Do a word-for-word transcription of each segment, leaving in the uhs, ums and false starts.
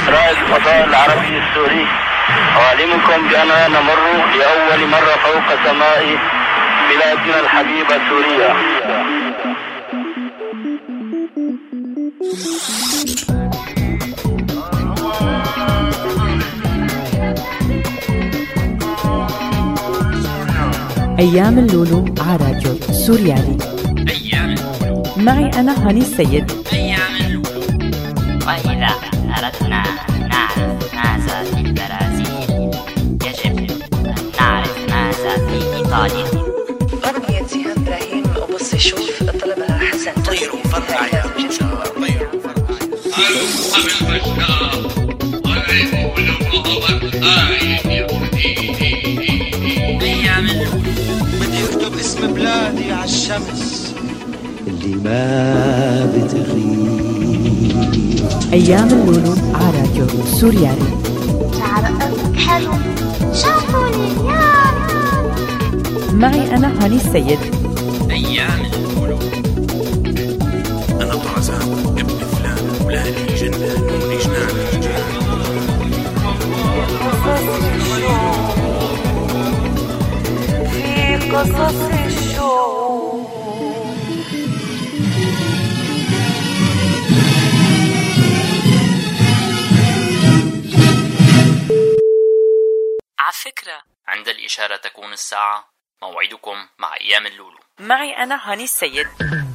رائد الفضاء العربي السوري، أعلمكم بأننا نمر لأول مرة فوق سماء بلادنا الحبيبة سوريا. أيام اللولو على راديو سوريالي. أيام اللولو معي أنا هاني السيد. أيام اللولو. وإذا أردنا أن نعرف ماذا في البرازيل يجب أن نعرف ماذا في إيطاليا. أغنية جيهان إبراهيم وبص شوف طلبها حسن. طيروا فرقع يا بشار، طيروا فرقع. أصحاب البشار والعلم والمضوى آية يا أيام اللولو. بدي أكتب اسم بلادي على الشمس اللي ما بتغيب. أيام اللولو على راديو سوريالي. تعال قلبك حلو شافوني اليوم. معي أنا هاني السيد. أيام اللولو. أنا طرزان ابن فلان ولادي جنان ونجنان. في قصص الشوق. على فكرة عند الإشارة تكون الساعة. موعدكم مع أيام اللولو. معي أنا هاني السيد.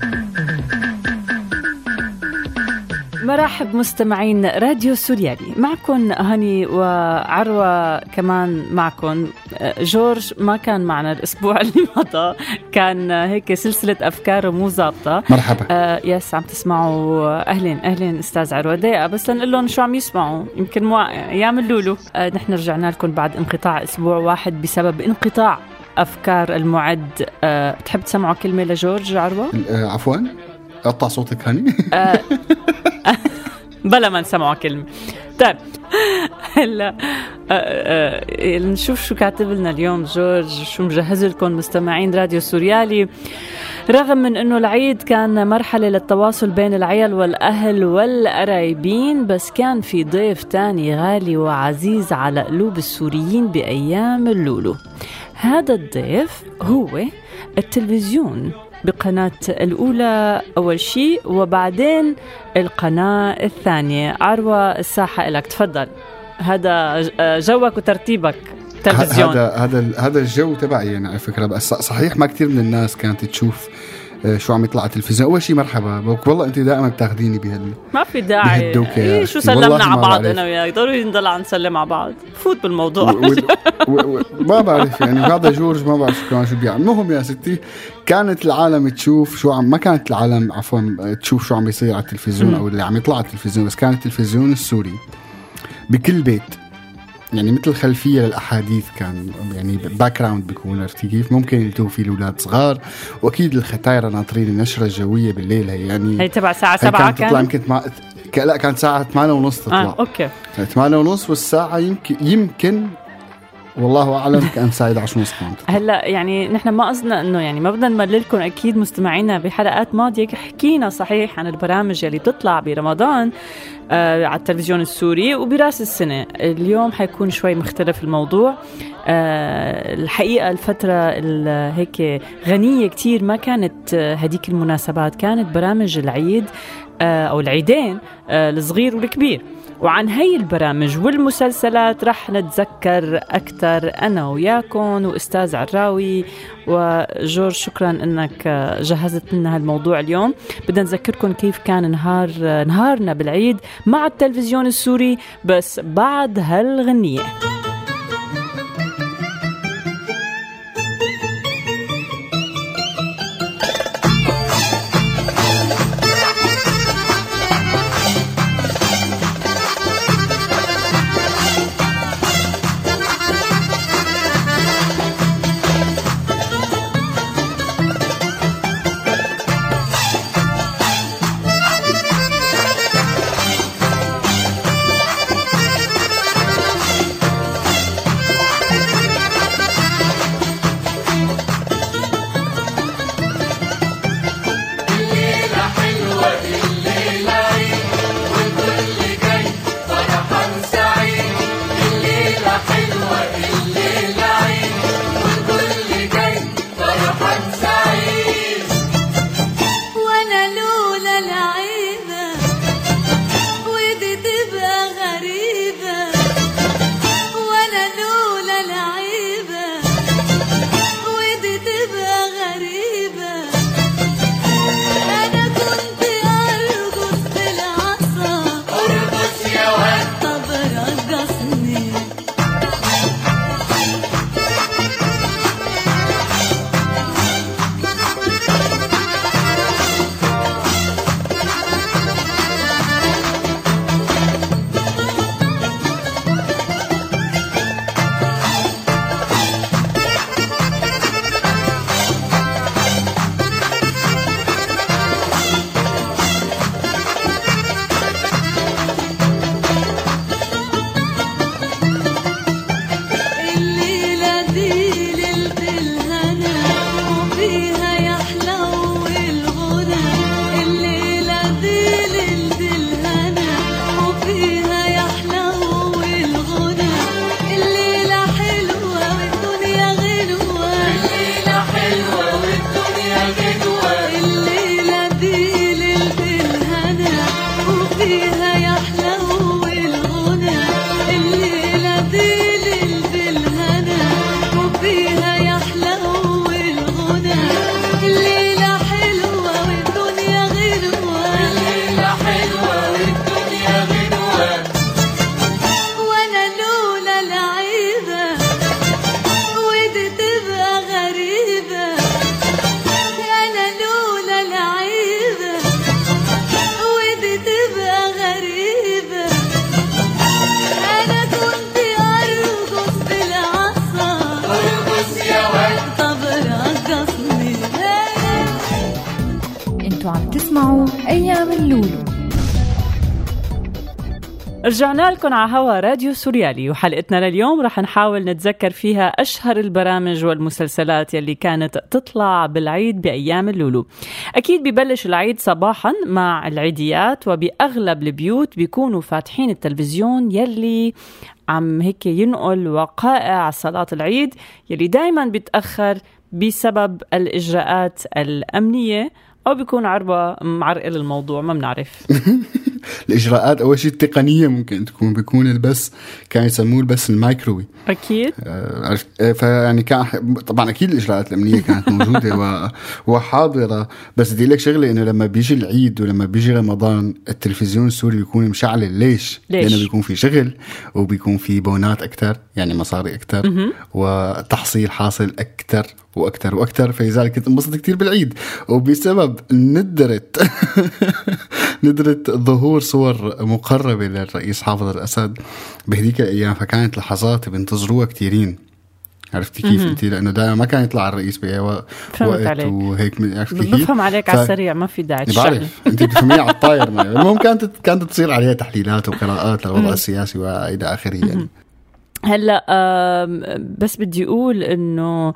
مرحب مستمعين راديو سوريالي، معكم هاني وعروة كمان معكم. جورج ما كان معنا الأسبوع اللي مضى، كان هيك سلسلة أفكار مو ضابطة. مرحبا. آه يس عم تسمعوا. أهلين أهلين أستاذ عروة. دقيقة بس لنقول لهم شو عم يسمعوا، يمكن مو أيام اللولو. آه نحن رجعنا لكم بعد انقطاع أسبوع واحد بسبب انقطاع أفكار المعد. أه بتحب تسمعوا كلمة لجورج عروة؟ أه عفوا قطع صوتك هاني. أه بلا ما نسمعوا كلمة. طيب هلا أه أه نشوف شو كاتب لنا اليوم جورج، شو مجهز لكم مستمعين راديو سوريالي. رغم من انه العيد كان مرحلة للتواصل بين العيال والأهل والقرايبين، بس كان في ضيف تاني غالي وعزيز على قلوب السوريين بأيام اللولو. هذا الضيف هو التلفزيون بقناة الأولى أول شيء، وبعدين القناة الثانية. عروة الساحة لك، تفضل. هذا جوك وترتيبك تلفزيون. هذا هذا هذا الجو تبعي يعني على فكرة. بس صحيح ما كتير من الناس كانت تشوف شو عم يطلع على التلفزيون. أول شيء مرحبا، والله أنت دائما بتاخديني بهال ما في داعي. إيه شو سلمنا على بعض أنا وياك، ضروري نضل عم نسلم على بعض. فوت بالموضوع. و... و... و... ما بعرف يعني هذا جورج ما بعرف شو كمان شو بيعمل. المهم يا ستي، كانت العالم تشوف شو عم ما كانت العالم عفوا تشوف شو عم يصير على التلفزيون أو اللي عم يطلع على التلفزيون، بس كان التلفزيون السوري بكل بيت يعني مثل خلفية للأحاديث. كان يعني باك جراوند بيكون، عرفتي كيف؟ ممكن يلتقوا فيه الأولاد صغار، وأكيد الختايرة ناطرين النشرة الجوية بالليل. هي يعني هي تبع ساعة سبعة كانت تطلع يمكن مع... ك... لا كانت ساعة ثمانية ونص تطلع. آه، أوكي. ثمانية ونص، والساعة يمكن يمكن والله أعلم كان ساعة عشر ونص. هلا يعني نحن ما قصدنا إنه يعني ما بدنا نمللكم. أكيد مستمعينا بحلقات ماضية حكينا صحيح عن البرامج اللي بتطلع برمضان آه على التلفزيون السوري وبراس السنة. اليوم حيكون شوي مختلف الموضوع. آه الحقيقة الفترة هيك غنية كتير، ما كانت آه هديك المناسبات، كانت برامج العيد آه أو العيدين آه الصغير والكبير. وعن هاي البرامج والمسلسلات رح نتذكر أكتر أنا وياكم وأستاذ عراوي وجورج. شكرا أنك جهزت لنا هالموضوع اليوم. بدنا نذكركم كيف كان نهار نهارنا بالعيد مع التلفزيون السوري، بس بعد هالغنية. كنتوا عم تسمعوا أيام اللولو. رجعنا لكم على هوا راديو سوريالي، وحلقتنا لليوم رح نحاول نتذكر فيها أشهر البرامج والمسلسلات يلي كانت تطلع بالعيد بأيام اللولو. أكيد بيبلش العيد صباحا مع العيديات، وبأغلب البيوت بيكونوا فاتحين التلفزيون يلي عم هيك ينقل وقائع صلاة العيد يلي دايما بيتأخر بسبب الإجراءات الأمنية، أو بيكون عربة معرقل الموضوع، ما بنعرف. الإجراءات أول شيء التقنية ممكن تكون بيكون البث كان يسموه البث المايكرووي. أكيد. آه فيعني كان طبعا أكيد الإجراءات الأمنية كانت موجودة وحاضرة، بس بدي لك شغلة إنه لما بيجي العيد ولما بيجي رمضان التلفزيون السوري بيكون مشعل. ليش؟ ليش؟ لأنه بيكون في شغل وبيكون في بونات أكتر، يعني مصاري أكتر وتحصيل حاصل أكتر وأكتر وأكتر، فلذلك انبسط كتير بالعيد. وبسبب ندرة ندرة ظهور صور مقربة للرئيس حافظ الأسد بهديك الأيام، فكانت لحظات بنتظروها كتيرين. عرفتي كيف انت؟ لأنه دائما ما كان يطلع الرئيس بأي وقت وهيك. عرفتي كيف؟ بفهم عليك ف... على السريع، ما في داعي تشرح. بعرف انت بتفهميها على الطاير. المهم كانت كانت تصير عليها تحليلات وقراءات للوضع السياسي وإلى آخره. يعني هلا بس بدي أقول إنه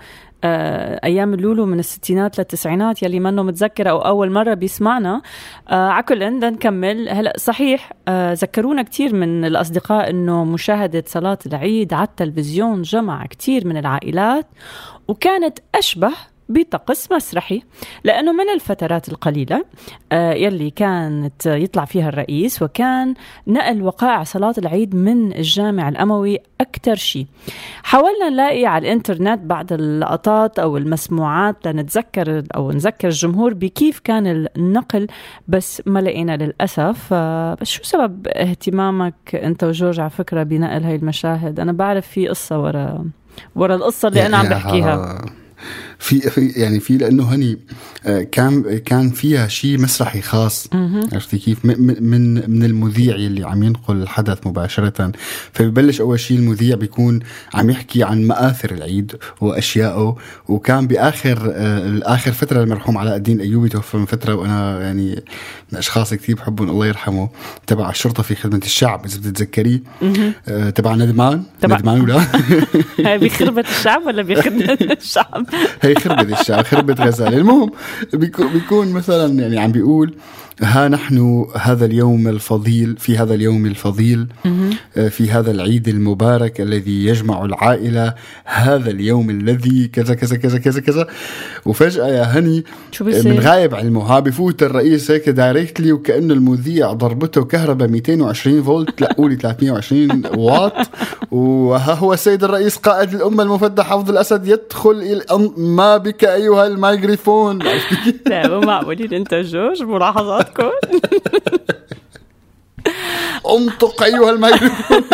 أيام اللولو من الستينات للتسعينات يلي منه متذكر أو أول مرة بيسمعنا عكلن دا نكمل. هلأ صحيح ذكرونا كتير من الأصدقاء إنه مشاهدة صلاة العيد على التلفزيون جمع كتير من العائلات، وكانت أشبه بطقس مسرحي، لأنه من الفترات القليلة يلي كانت يطلع فيها الرئيس، وكان نقل وقائع صلاة العيد من الجامع الأموي أكتر شيء. حاولنا نلاقي على الإنترنت بعض اللقطات أو المسموعات لنتذكر أو نذكر الجمهور بكيف كان النقل، بس ما لقينا للأسف. بس شو سبب اهتمامك أنت وجورج على فكرة بنقل هاي المشاهد؟ أنا بعرف في قصة ورا ورا القصة اللي أنا عم بحكيها. في في يعني في لأنه هني كان كان فيها شيء مسرحي خاص. عرفتي كيف؟ من من من المذيع اللي عم ينقل الحدث مباشرة. فبيبلش أول شيء المذيع بيكون عم يحكي عن مآثر العيد وأشيائه. وكان بآخر آخر فترة المرحوم علاء الدين الأيوبي توفى من فترة، وأنا يعني من الأشخاص كتير بحبهم الله يرحمه، تبع الشرطة في خدمة الشعب إذا بتتذكريه. تبع ندمان ندمان ولا هاي بخربة الشعب ولا بخدمة الشعب؟ هي خربة الشعب، خربة غزالة. المهم بيكون, بيكون مثلا يعني عم بيقول ها نحن هذا اليوم الفضيل في هذا اليوم الفضيل في هذا العيد المبارك الذي يجمع العائلة، هذا اليوم الذي كذا كذا كذا كذا كذا. وفجأة يا هني من غايب علمه بفوت الرئيس هيك دايركتلي، وكأنه المذيع ضربته كهرباء مئتين وعشرين فولت تلاقولي ثلاثمئة وعشرين واط. وها هو السيد الرئيس قائد الأمة المفدى حافظ الأسد يدخل ما بك أيها الميكروفون. لا مو معقولين انت جورج ملاحظاتكم. انطق أيها الميكروفون.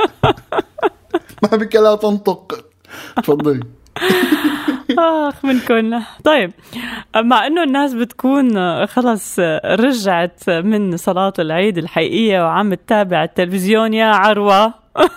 ما بك لا تنطق. تفضلي. آخ منكن. طيب، مع أنه الناس بتكون خلص رجعت من صلاة العيد الحقيقية وعم تتابع التلفزيون يا عروة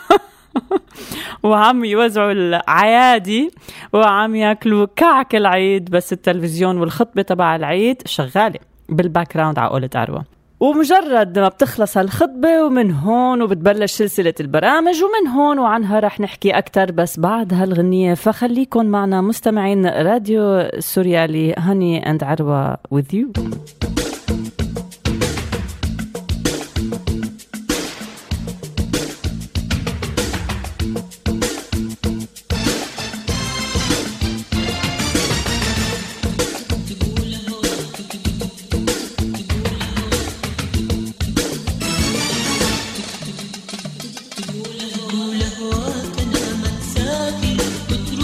وعم يوزعوا العيادي وعم ياكلوا كعك العيد، بس التلفزيون والخطبة تبع العيد شغالة بالباك جراوند على قولة عروة. ومجرد ما بتخلص هالخطبة ومن هون وبتبلش سلسلة البرامج، ومن هون وعنها رح نحكي أكتر بس بعد هالغنية. فخليكن معنا مستمعين راديو سوريالي. هاني and عروة with you.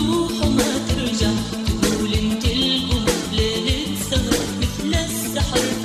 تروح وما ترجع، تقول انت القلب ليلة سهر مثل السحر.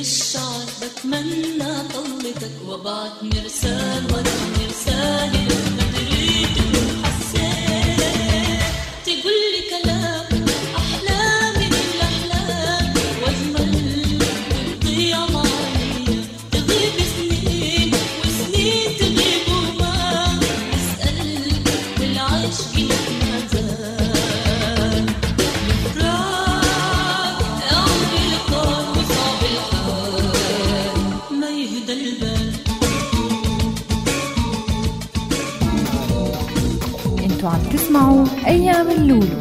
الشعر بتمنى طلتك وبعت مرسال ورا مرسال لما دريت وحسيت تقولي كلام أحلى من الأحلام وأجمل وتضيع معي تغيب سنين وسنين تغيب وما نسأل والعشق يتنازل نفراق قلبي لقار وصعب الحال ما يهدى البال. انتوا عم تسمعوا أيام اللولو.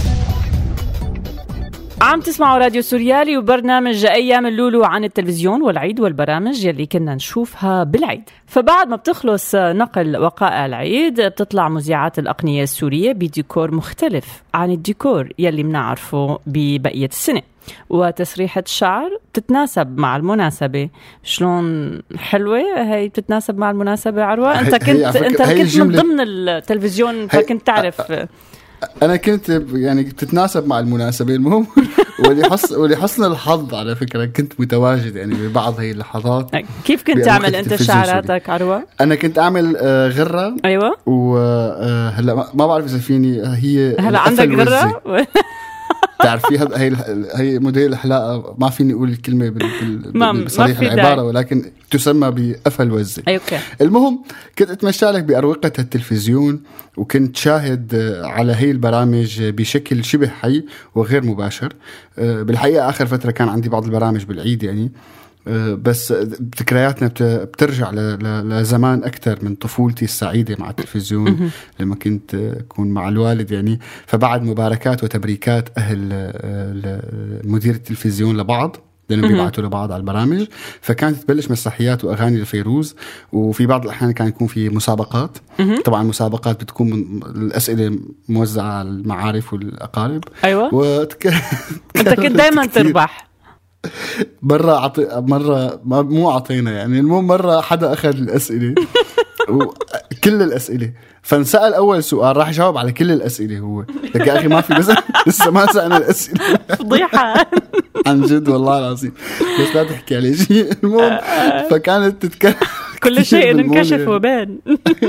عم تسمعوا راديو سوريالي وبرنامج أيام اللولو عن التلفزيون والعيد والبرامج يلي كنا نشوفها بالعيد. فبعد ما بتخلص نقل وقائع العيد بتطلع مذيعات الأقنية السورية بديكور مختلف عن الديكور يلي منعرفه ببقية السنة، وتسريحة الشعر تتناسب مع المناسبة. شلون حلوة هي تتناسب مع المناسبة عروة؟ انت كنت انت كنت من ضمن التلفزيون فكنت تعرف. انا كنت يعني تتناسب مع المناسبة. المهم ولحسن ولحسن الحظ على فكرة كنت متواجد يعني ببعض هي اللحظات. كيف كنت تعمل انت شعراتك عروة؟ انا كنت اعمل غرة. ايوه. وهلا ما بعرف اذا فيني هي هلا عندك غرة. تعرفي هذا هي هي موديل الحلاقه ما فيني اقول الكلمه بال بصريح العباره ولكن تسمى بقفل وزه. اوكي. المهم كنت اتمشى لك باروقه التلفزيون وكنت شاهد على هي البرامج بشكل شبه حي وغير مباشر. بالحقيقه اخر فتره كان عندي بعض البرامج بالعيد يعني، بس ذكرياتنا بترجع لزمان أكثر من طفولتي السعيدة مع التلفزيون لما كنت أكون مع الوالد يعني. فبعد مباركات وتبريكات أهل مدير التلفزيون لبعض لأنهم بيبعتوا لبعض على البرامج، فكانت تبلش مسرحيات وأغاني لفيروز، وفي بعض الأحيان كان يكون في مسابقات. طبعا مسابقات بتكون من الأسئلة موزعة على المعارف والأقارب. أيوة. وتك... أنت كنت دايما تربح. مرة عطي مرة مو عطينا يعني. المهم مرة حدا أخذ الأسئلة كل الأسئلة فنسأل أول سؤال راح يجاوب على كل الأسئلة هو لك يا أخي ما في بس لسه ما سألنا الأسئلة. فضيحة عن جد والله العظيم بس لا تحكي عليه شيء. المهم فكانت تتكلم كل شيء انكشف وبان.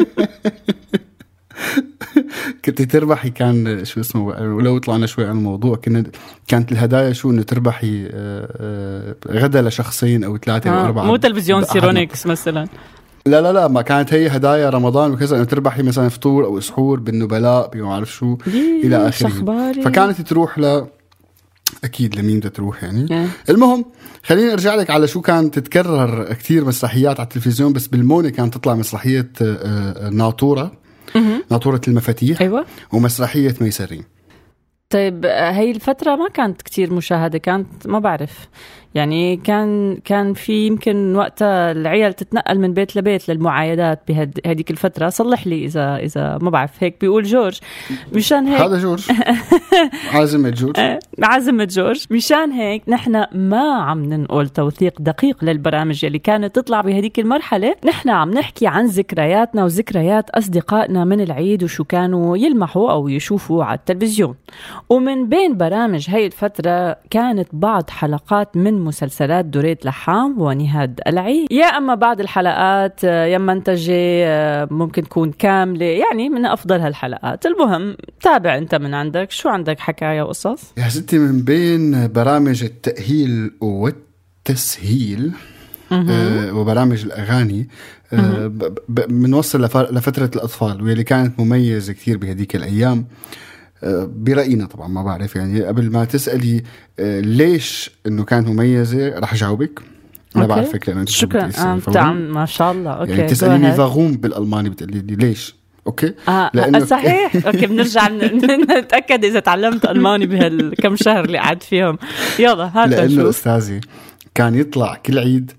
كنت تربحي كان شو اسمه ولو طلعنا شوي عن الموضوع كنا كانت الهدايا شو انه تربحي غدا لشخصين او ثلاثة او اربعة. مو تلفزيون سيرونيكس مثلا. لا لا لا ما كانت هي هدايا رمضان وكذا انه تربحي مثلا فطور او سحور بالنبلاء ما اعرف شو الى اخره. فكانت تروح ل اكيد لمين بدها تروح يعني. yeah. المهم خليني ارجع لك على شو كانت تتكرر كتير مسرحيات على التلفزيون، بس بالمونة كانت تطلع مسرحية ناطورة ناطورة المفاتيح. أيوة. ومسرحية ميسرين. طيب هاي الفترة ما كانت كتير مشاهدة، كانت ما بعرف يعني كان كان في يمكن وقتها العيال تتنقل من بيت لبيت للمعايدات بهديك الفترة. صلح لي إذا إذا ما بعرف هيك بيقول جورج. مشان هيك هذا جورج عازمة جورج عازمة جورج. مشان هيك نحن ما عم ننقل توثيق دقيق للبرامج اللي كانت تطلع بهديك المرحلة. نحن عم نحكي عن ذكرياتنا وذكريات أصدقائنا من العيد وشو كانوا يلمحوا أو يشوفوا على التلفزيون. ومن بين برامج هاي الفترة كانت بعض حلقات من مسلسلات دريد لحام ونهاد العيد، يا أما بعض الحلقات يا منتجة ممكن تكون كاملة يعني من أفضل هالحلقات. المهم تابع أنت من عندك شو عندك حكاية وقصص يا ستي. من بين برامج التأهيل والتسهيل آه وبرامج الأغاني آه بنوصل لفترة الأطفال واللي كانت مميزة كتير بهديك الأيام برأينا. طبعا ما بعرف يعني قبل ما تسألي ليش انه كانت مميزة رح جاوبك. انا بعرفك لانه انت شكرا. آه ما شاء الله. اوكي يعني تسأليني فاغوم بالألماني بتقولي لي ليش. اوكي آه لأنه صحيح. اوكي بنرجع نتأكد اذا تعلمت ألماني بهالكم شهر اللي قعدت فيهم. يلا هات نشوف. لانه استاذي كان يطلع كل عيد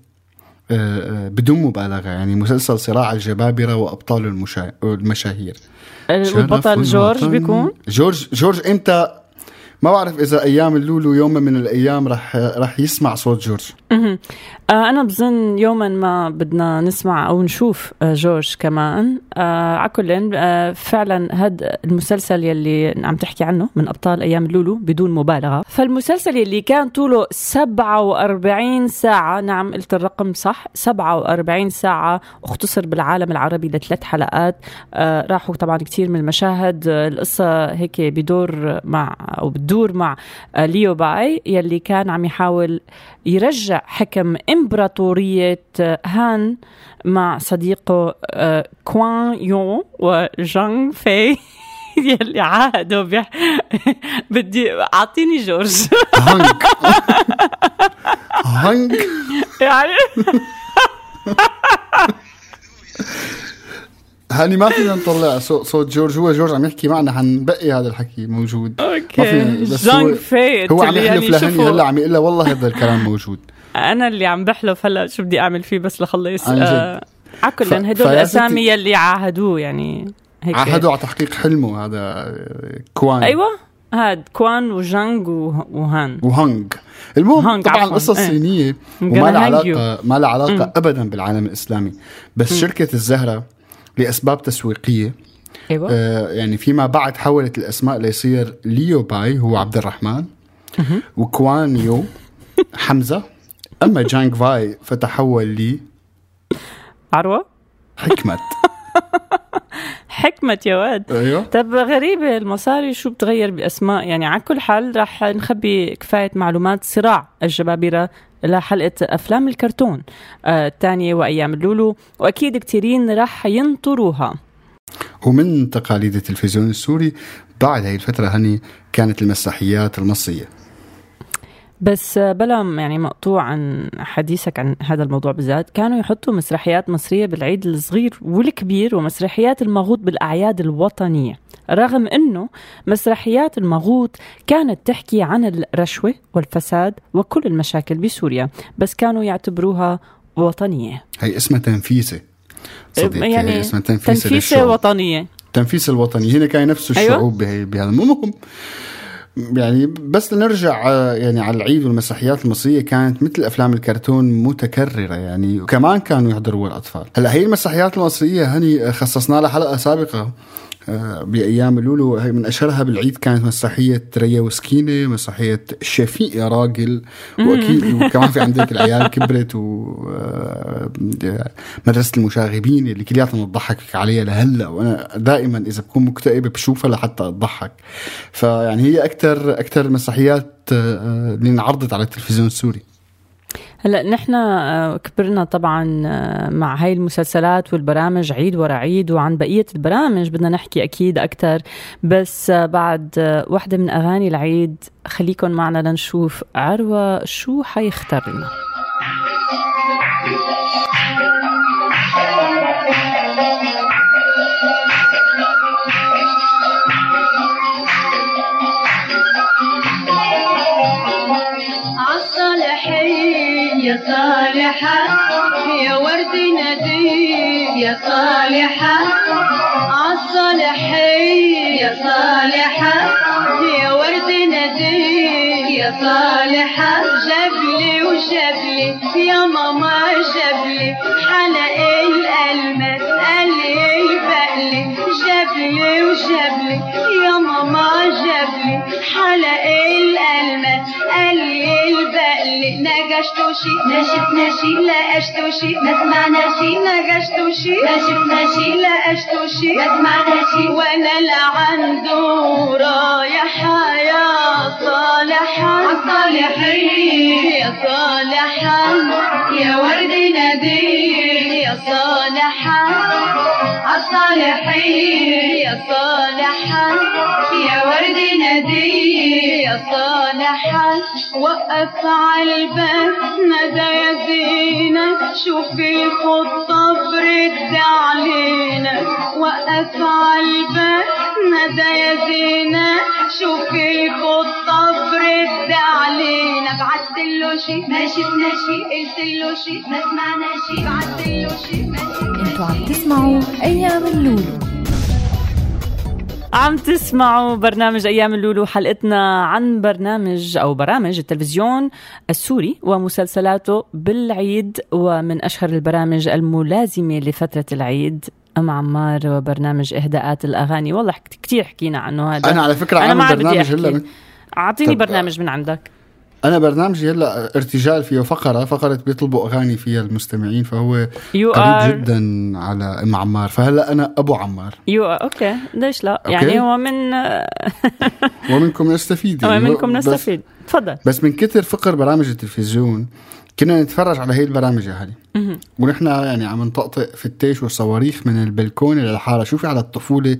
بدون مبالغة يعني مسلسل صراع الجبابرة وأبطال المشا... المشاهير. البطل جورج بيكون جورج جورج امتى ما بعرف إذا أيام اللولو يوم من الأيام رح رح يسمع صوت جورج. آه أنا بظن يوما ما بدنا نسمع أو نشوف آه جورج كمان. آه عكلن آه فعلا هاد المسلسل يلي عم تحكي عنه من أبطال أيام اللولو بدون مبالغة، فالمسلسل يلي كان طوله سبعة وأربعين ساعة، نعم قلت الرقم صح، سبعة وأربعين ساعة، اختصر بالعالم العربي لثلاث حلقات. آه راحوا طبعا كتير من المشاهد. آه القصة هيك بدور مع أو بتدور مع آه ليو باي يلي كان عم يحاول يرجع حكم إمبراطورية هان مع صديقه كوان يون وجانغ في يلي عاهدوا بح... بدي أعطيني جورج هانج هانج يعني هاني ما فينا نطلع صوت جورج. هو جورج عم يحكي معنا، حنبقي هذا الحكي موجود. اوكي جانغ في هو عم يحلف لهني هلا عم يقول والله هذا الكلام موجود. انا اللي عم بحلف هلا شو بدي اعمل فيه بس لخلص. آه عكلن هدول الاسامي يلي عاهدوه يعني هيك عاهدوا على تحقيق حلمه. هذا كوان، ايوه هاد كوان وجانغ وهان وهانج. المهم طبعا قصة صينية وما لها علاقة ما لها علاقة م. ابدا بالعالم الاسلامي، بس م. شركة الزهرة لاسباب تسويقية أيوة. آه يعني فيما بعد حولت الاسماء ليصير ليو باي هو عبد الرحمن وكوان يو حمزة، اما جانغ فاي فتحول لي عروة حكمت. حكمة يا واد. أيوة. طب غريبة المصاري شو بتغير بأسماء يعني. على كل حال راح نخبي كفاية معلومات. صراع الجبابرة لحلقة أفلام الكرتون الثانية آه وأيام اللولو، وأكيد كتيرين راح ينطروها. ومن تقاليد التلفزيون السوري بعد هاي الفترة هني كانت المسرحيات المصرية. بس بلا يعني مقطوع عن حديثك عن هذا الموضوع بالذات، كانوا يحطوا مسرحيات مصرية بالعيد الصغير والكبير ومسرحيات المغوط بالأعياد الوطنية، رغم أنه مسرحيات المغوط كانت تحكي عن الرشوة والفساد وكل المشاكل بسوريا، بس كانوا يعتبروها وطنية. هي اسمها تنفيسة صديقي، يعني اسمها تنفيسة, تنفيسة وطنية. تنفيسة الوطنية هنا كان نفس الشعوب. أيوة؟ بهذا المهم يعني بس نرجع يعني على العيد والمسرحيات المصرية كانت مثل أفلام الكرتون متكررة يعني، وكمان كانوا يحضروا الأطفال. هلا هي المسرحيات المصرية هني خصصنا لها حلقة سابقة بأيام اللولو. هي من أشهرها بالعيد كانت مسرحية ريا وسكينة، مسرحية شفيق يا راجل، وأكيد وكمان في عندك العيال كبرت ومدرسة المشاغبين اللي كلياتنا نضحك عليها لهلا، وأنا دائما إذا بكون مكتئب بشوفها لحتى أضحك. فيعني هي أكتر أكتر المسرحيات اللي انعرضت على التلفزيون السوري. هلأ نحن كبرنا طبعا مع هاي المسلسلات والبرامج عيد ورا عيد، وعن بقية البرامج بدنا نحكي أكيد أكتر، بس بعد واحدة من أغاني العيد خليكن معنا لنشوف عروة شو حيختار لنا. يا صالحة يا ورد نديب يا صالحة عالصالحين يا صالحة يا ورد نديب يا صالحة جبلي وجبلي يا ماما جبلي حلق الألماس قلي البقلي جبلي وجبلي يا ماما جبلي حلق الألماس قلي البقلي نجشتوشي نشفناشي لقشتوشي ما سمعناشي نجشتوشي نشفناشي لقشتوشي ما سمعناشي وانا لعنده رايحة يا صالحة عالصالحين يا صالحة يا ورد نادين يا صالحة عالصالحين يا صالحة يا ورد نادين يا صالحة وقف عالباب ندى يا زينة شوفي الخطة برد علينا وقف عالباب ندى يا زينة شوفي الخطة برد علينا بعتله شي ما شفناشي قلتله شي ما سمعناشي بعتله شي ما شفناشي. انتوا عم تسمعوا أيام اللولو. عم تسمعوا برنامج أيام اللولو، حلقتنا عن برنامج أو برامج التلفزيون السوري ومسلسلاته بالعيد، ومن أشهر البرامج الملازمة لفترة العيد أم عمار وبرنامج إهداءات الأغاني. والله كتير حكينا عنه هذا. أنا على فكرة عامل برنامج هلا من... أعطيني برنامج من عندك. أنا برنامجي هلا ارتجال فيه فقرة فقرة بيطلبوا أغاني فيها المستمعين، فهو you قريب are... جدا على أم عمار. فهلا أنا أبو عمار. يو أوكي ليش لا أوكي. يعني هو من ومنكم نستفيد يعني ومنكم نستفيد. تفضل. بس من كتر فقر برامج التلفزيون كنا نتفرج على هاي البرامج يا هلي، ونحن يعني عم نطقطق في التيش والصواريخ من البلكون إلى الحارة. شوفي على الطفولة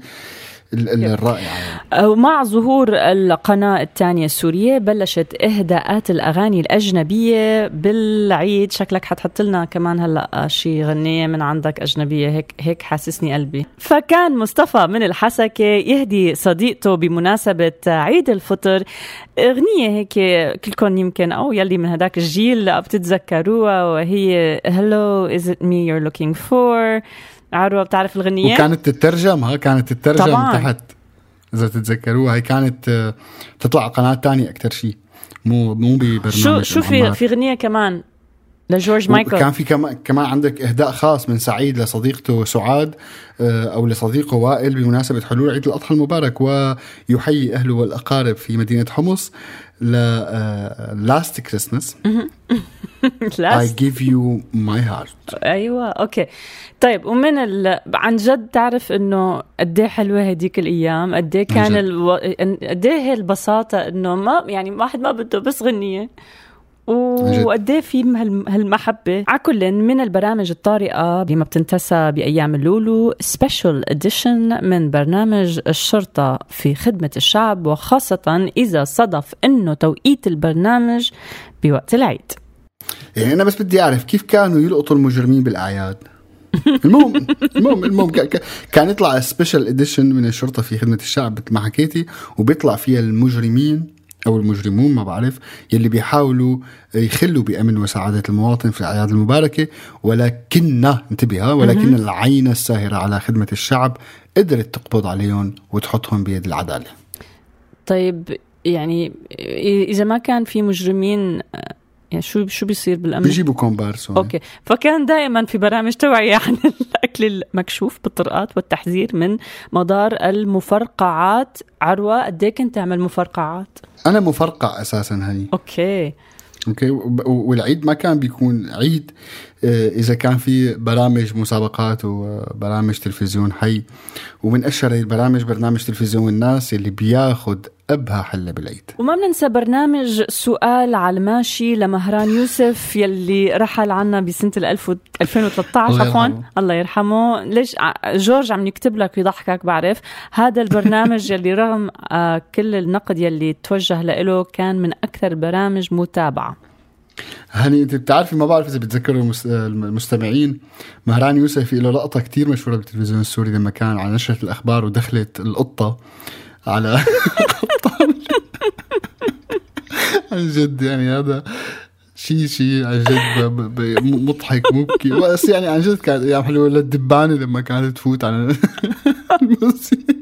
الرائعة. ومع ظهور القناة الثانية السورية بلشت إهداءات الأغاني الأجنبية بالعيد. شكلك حتحط لنا كمان هلأ شي غنية من عندك أجنبية، هيك هيك حاسسني قلبي. فكان مصطفى من الحسكة يهدي صديقته بمناسبة عيد الفطر أغنية هيك كلكم يمكن أو يلي من هداك الجيل بتتذكروها، وهي Hello is it me you're looking for. عروة بتعرف الغنية؟ وكانت تترجم ها كانت تترجم طبعاً. تحت إذا تتذكروها. هي كانت تطلع قناة تانية أكتر شيء، مو مو ببرنامج. شو شو في في غنية كمان لجورج مايكل. كان في كمان كمان عندك إهداء خاص من سعيد لصديقته سعاد أو لصديقه وائل بمناسبة حلول عيد الأضحى المبارك، ويحيي أهله والأقارب في مدينة حمص ل last Christmas I give you my heart. أيوة أوكي طيب. ومن ال... عن جد تعرف إنه قديه حلوة هديك الأيام، قديه كان الو... قديه البساطة إنه ما يعني واحد ما بده بس غنية، وقديه في هالمحبة. عكل من البرامج الطارئة بما بتنتسى بأيام اللولو سبيشال اديشن من برنامج الشرطة في خدمة الشعب، وخاصة إذا صدف إنه توقيت البرنامج بوقت العيد. يعني أنا بس بدي أعرف كيف كانوا يلقطوا المجرمين بالأعياد. المهم المهم المهم كان يطلع سبيشال اديشن من الشرطة في خدمة الشعب مثل ما حكيتي، وبيطلع فيها المجرمين أو المجرمون ما بعرف يلي بيحاولوا يخلوا بأمن وسعادة المواطن في الأعياد المباركة، ولكن انتبهها ولكن العين الساهرة على خدمة الشعب قدرت تقبض عليهم وتحطهم بيد العدالة. طيب يعني إذا ما كان في مجرمين يعني شو شو بيصير بالأمن؟ بيجيبوا كومبارسون. أوكي. فكان دائما في برامج توعية عن الأكل المكشوف بالطرقات والتحذير من مدار المفرقعات. عروة قد ايه كنت تعمل مفرقعات؟ أنا مفرقع أساسا هني. أوكي اوكي. والعيد ما كان بيكون عيد اذا كان في برامج مسابقات وبرامج تلفزيون حي. ومن اشهر البرامج برنامج تلفزيون الناس اللي بياخد ابها حله بالعيد. وما بننسى برنامج سؤال على الماشي لمهران يوسف يلي رحل عنا بسنه ألفين وثلاثة عشر عفوا الله يرحمه. ليش جورج عم يكتب لك يضحكك؟ بعرف هذا البرنامج يلي رغم آه كل النقد يلي توجه له كان من اكثر البرامج متابعه. هني انت بتعرفي ما بعرف اذا بتذكروا المستمعين، مهران يوسف في له لقطه كتير مشهوره بالتلفزيون السوري لما كان على نشره الاخبار ودخلت القطه على عن جد يعني هذا شيء شيء عن جد مضحك مبكي، بس يعني عن جد كان ايام حلوه للدبانه لما كانت تفوت على الموسيقى.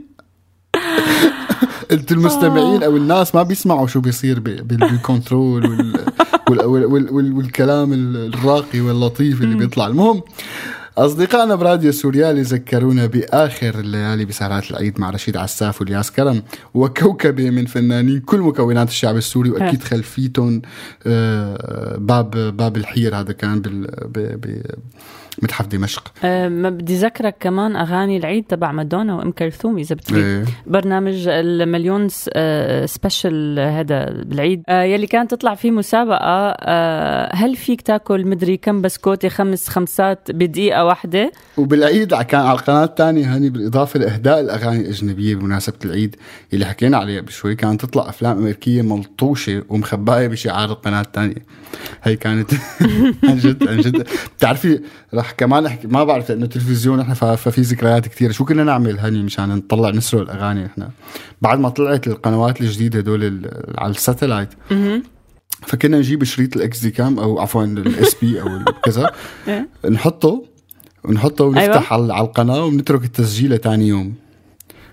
قلت المستمعين او الناس ما بيسمعوا شو بيصير بالكنترول وال وال وال وال والكلام الراقي واللطيف اللي بيطلع. المهم أصدقائنا براديو سوريالي ذكرونا بآخر الليالي بسهرات العيد مع رشيد عساف والياس كرم وكوكبة من فنانين كل مكونات الشعب السوري، وأكيد خلفيتهم باب باب الحير. هذا كان بال متحف دمشق. أه ما بدي ذكرك كمان أغاني العيد تبع مادونا وأم كلثوم إذا بتريد. ايه. برنامج المليون أه سبيشل هذا بالعيد أه يلي كانت تطلع فيه مسابقة أه هل فيك تاكل مدري كم بسكوتة خمس خمسات بدقيقة واحدة. وبالعيد كان على القناة الثانية هني بالإضافة لإهداء الأغاني الأجنبية بمناسبة العيد اللي حكينا عليها بشوي، كانت تطلع أفلام أمريكية ملطوشة ومخباية بشعار القناة الثانية. هي كانت عن جد عن جد بتعرفي رح كمان أحكي ما بعرف لأنه التلفزيون إحنا ففي ذكريات كتير. شو كنا نعمل هني مشان نطلع نسرق الأغاني إحنا بعد ما طلعت القنوات الجديدة دول على الساتلايت، فكنا نجيب شريط الإكس دي كام أو عفوا الإس بي أو كذا نحطه ونحطه ونفتح أيوة. على القناة ونترك التسجيل تاني يوم.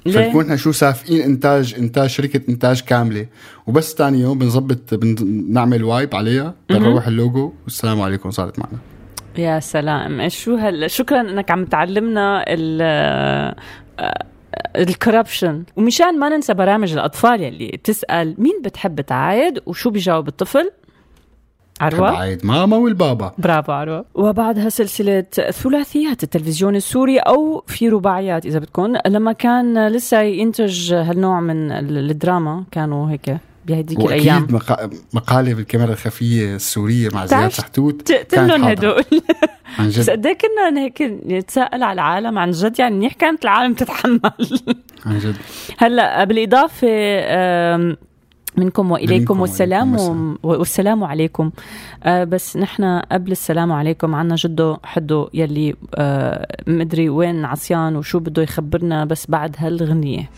فنكون شو سافقين انتاج انتاج شركه انتاج كامله، وبس تاني يوم بنظبط بنعمل وايب عليها، بنروح اللوجو والسلام عليكم صارت معنا. يا سلام، شو هال شكرا انك عم تعلمنا ال الكوربشن. ومشان ما ننسى برامج الأطفال يلي تسأل مين بتحب تعايد وشو بيجاوب الطفل؟ عروة تعايد ماما والبابا. برافو عروة. وبعدها سلسلة ثلاثيات التلفزيون السوري أو في رباعيات إذا بتكون، لما كان لسه ينتج هالنوع من الدراما كانوا هيك بهديك الأيام. وأكيد مقا... مقالة بالكاميرا الخفية السورية مع زياد سحتوت تقتلن هدول. عن جد. بس قد ايه كنا هيك نتساءل على العالم عن جد، يعني منيح كانت العالم تتحمل. عن جد. هلا بالإضافة منكم وإليكم والسلام والسلام عليكم. بس نحن قبل السلام عليكم عنا جدو حدو يلي مدري وين عصيان وشو بده يخبرنا بس بعد هالغنية.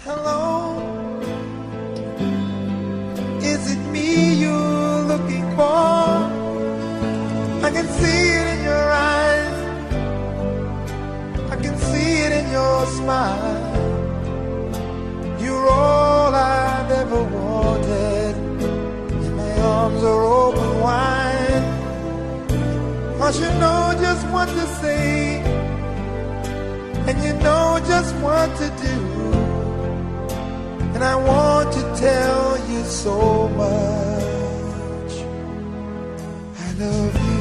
Is it me you're looking for? I can see it in your eyes, I can see it in your smile. You're all I've ever wanted, and my arms are open wide. Cause you know just what to say, and you know just what to do. And I want to tell you so much I love you.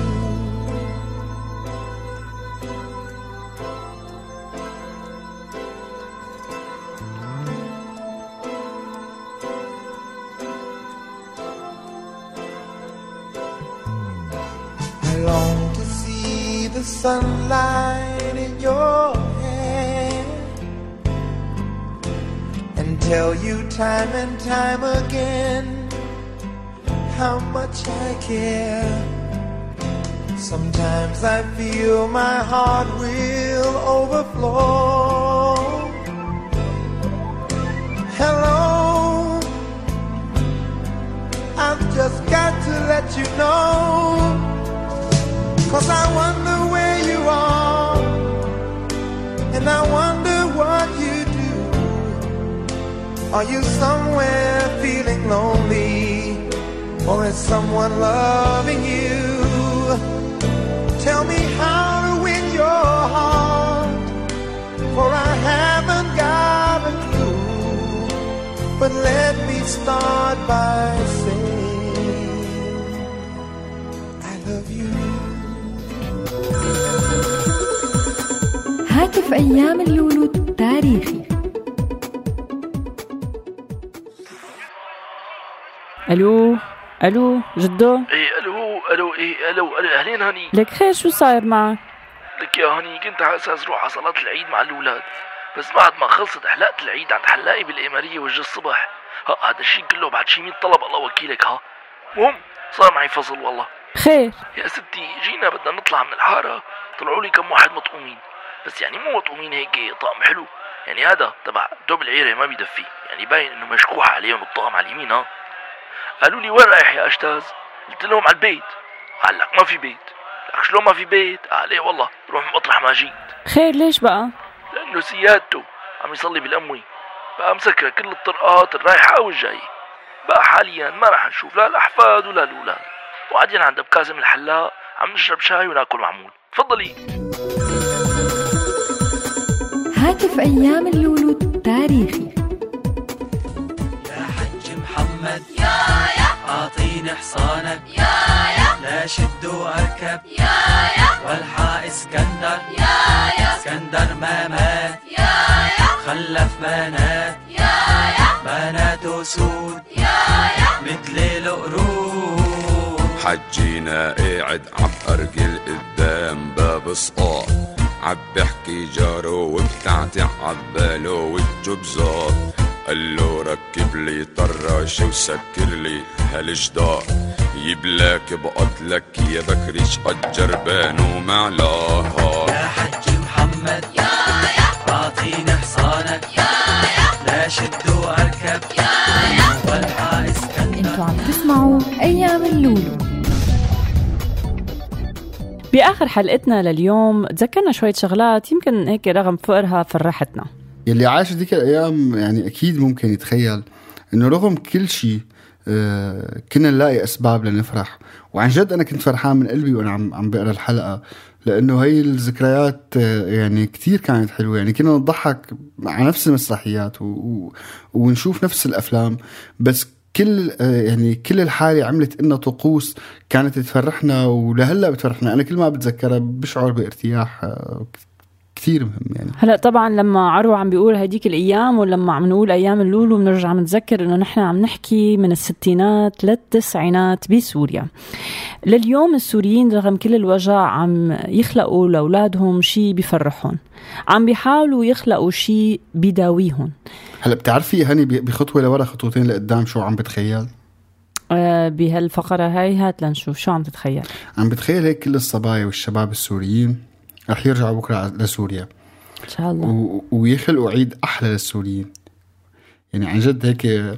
I long to see the sunlight in your tell you time and time again how much I care. Sometimes I feel my heart will overflow. Hello, I've just got to let you know, 'cause I wonder where you are, and I wonder what you do. Are you somewhere feeling lonely, or is someone loving you? Tell me how to win your heart, for I haven't got a clue. But let me start by saying I love you. هاتف أيام اللولو تاريخي. الو الو جدو. ايه الو الو ايه الو الو اهلين هني. لك خير شو صاير معك؟ لك يا هني كنت على اساس روح على صلاة العيد مع الاولاد، بس بعد ما خلصت حلقة العيد عند حلاقي بالإمارية وجه الصبح. ها هذا الشيء كله بعد شي مية طلب الله وكيلك. ها مهم صار معي فصل والله. خير يا ستي جينا بدنا نطلع من الحارة، طلعوا لي كم واحد مطقومين، بس يعني مو مطقومين هيك طقم حلو، يعني هذا تبع دوب العيرة ما بيدفي، يعني باين انه مشكوح عليهم الطقم على اليمين. ها قالوا لي وين رايح يا أشتاز؟ قلت لهم على البيت. قال لك ما في بيت. لك شلون ما في بيت؟ قال ايه والله روح مطرح ما جيت. خير ليش بقى؟ لأنه سيادته عم يصلي بالأموي، بقى مسكرة كل الطرقات الرايحة والجاية، بقى حاليا ما راح نشوف لا الأحفاد ولا الأولاد، وقاعدين عند أبو كاظم الحلاق عم نشرب شاي وناكل معمول. تفضلي. هاتف أيام اللولو تاريخي. يا حج محمد يا يا أعطيني حصانك يا يا، لا شد وأركب يا يا، والحق اسكندر يا يا، اسكندر ما مات يا يا، خلف بنات يا يا، بناته سود يا يا، مثل القرود. حجينا قاعد عم أرجل قدام باب سقاط، عم بحكي جارو وبتعتع عباله والجبزات، قال له ركب لي طراشه وسكر لي هالجدار، يبلاك بقتلك يا بكري شقد جربان ومعلاها. يا حج محمد يا يا اعطيني حصانك يا يا، لا شد واركب يا يا، والحق اسكندر. انتوا عم تسمعوا ايام اللولو. بآخر حلقتنا لليوم تذكرنا شوية شغلات يمكن هيك رغم فقرها فرحتنا. يلي عاش ديك الأيام يعني أكيد ممكن يتخيل إنه رغم كل شيء آه كنا نلاقي أسباب لنفرح. وعن جد أنا كنت فرحان من قلبي وأنا عم عم بقرأ الحلقة، لأنه هاي الذكريات آه يعني كتير كانت حلوة. يعني كنا نضحك على نفس المسرحيات و... و... ونشوف نفس الأفلام، بس كل آه يعني كل الحالة عملت إنها طقوس كانت تفرحنا ولهلأ بتفرحنا. أنا كل ما بتذكرها بشعر بارتياح آه كثير مهم. يعني هلا طبعا لما عروة عم بيقول هديك الايام ولما عم نقول ايام اللولو بنرجع نتذكر انه نحن عم نحكي من الستينات للتسعينات بسوريا. لليوم السوريين رغم كل الوجع عم يخلقوا لاولادهم شيء بيفرحهم، عم بيحاولوا يخلقوا شيء بيداويهم. هلا بتعرفي هني بخطوه لورا خطوتين لقدام شو عم بتخيل آه بهالفقره هاي؟ هات لنشوف شو عم تتخيل. عم بتخيل هيك كل الصبايا والشباب السوريين رح يرجعوا بكرة لسوريا إن شاء الله و... ويخلقوا عيد أحلى للسوريين. يعني عن جد هيك.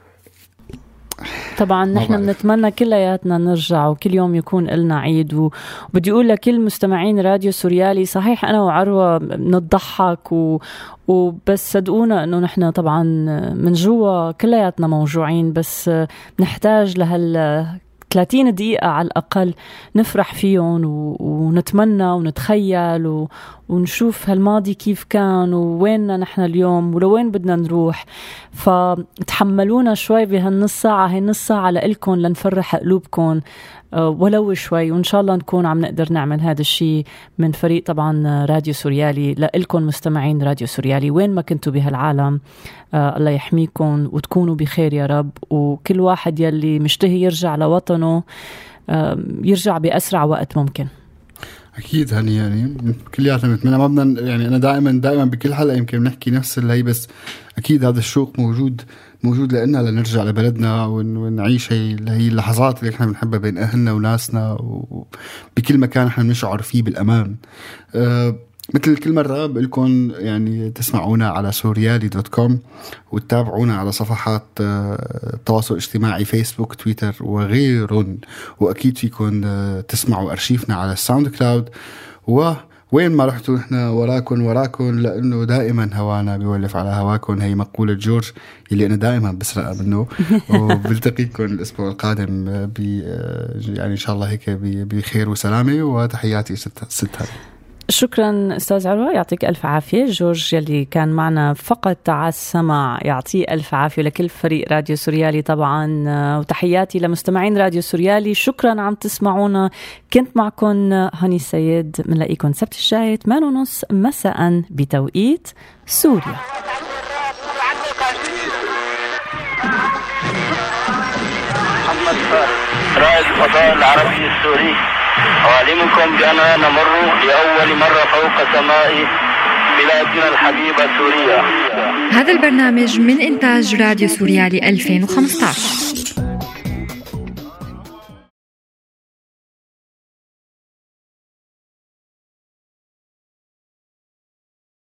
طبعا نحن بنتمنى كلياتنا نرجع وكل يوم يكون لنا عيد. وبدي أقول لكل مستمعين راديو سوريالي، صحيح أنا وعروة نضحك و... وبس صدقونا أنه نحن طبعا من جوا كلياتنا موجوعين، بس نحتاج لهال ثلاثين دقيقة على الأقل نفرح فيهم و... ونتمنى ونتخيل و... ونشوف هالماضي كيف كان وويننا نحن اليوم ولوين بدنا نروح. فتحملونا شوي بهالنص ساعة، هاي نص ساعة لإلكم لنفرح قلوبكم ولو شوي، وإن شاء الله نكون عم نقدر نعمل هذا الشيء من فريق طبعا راديو سوريالي. لإلكم مستمعين راديو سوريالي وين ما كنتوا بهالعالم، آه الله يحميكم وتكونوا بخير يا رب. وكل واحد يلي مشتهي يرجع لوطنه آه يرجع بأسرع وقت ممكن. أكيد هني يعني كلياتنا نتمنى. ما بدنا يعني أنا دائما دائما بكل حلقة يمكن بنحكي نفس اللي، بس أكيد هذا الشوق موجود موجود لأننا لنرجع لبلدنا ونعيش هي هي اللحظات اللي إحنا بنحبها بين أهلنا وناسنا وبكل مكان إحنا بنشعر فيه بالأمان. أه مثل كل مرة بقولكم يعني تسمعونا على سوريالي دوت كوم وتتابعونا على صفحات التواصل الاجتماعي فيسبوك تويتر وغيرهم، وأكيد فيكم تسمعوا أرشيفنا على الساوند كلاود. ووين ما رحتوا إحنا وراكن وراكن، لأنه دائما هوانا بيولف على هواكن. هي مقولة جورج اللي أنا دائما بسرقها منه. وبلتقيكم الأسبوع القادم ب يعني إن شاء الله هيك بخير وسلامة. وتحياتي ست هذه. شكرا أستاذ عروة، يعطيك ألف عافية. جورج يلي كان معنا فقط على السمع يعطيه ألف عافية. لكل فريق راديو سوريالي طبعا، وتحياتي لمستمعين راديو سوريالي. شكرا عم تسمعونا. كنت معكم هاني السيد. منلاقيكم سبت الجاي ثمانية ونص مساء بتوقيت سوريا. محمد فارس رائد الفضاء العربي السوري، أعلمكم بأننا نمر لأول مرة فوق سماء بلادنا الحبيبة سوريا. هذا البرنامج من إنتاج راديو سوريالي ألفين وخمسة عشر.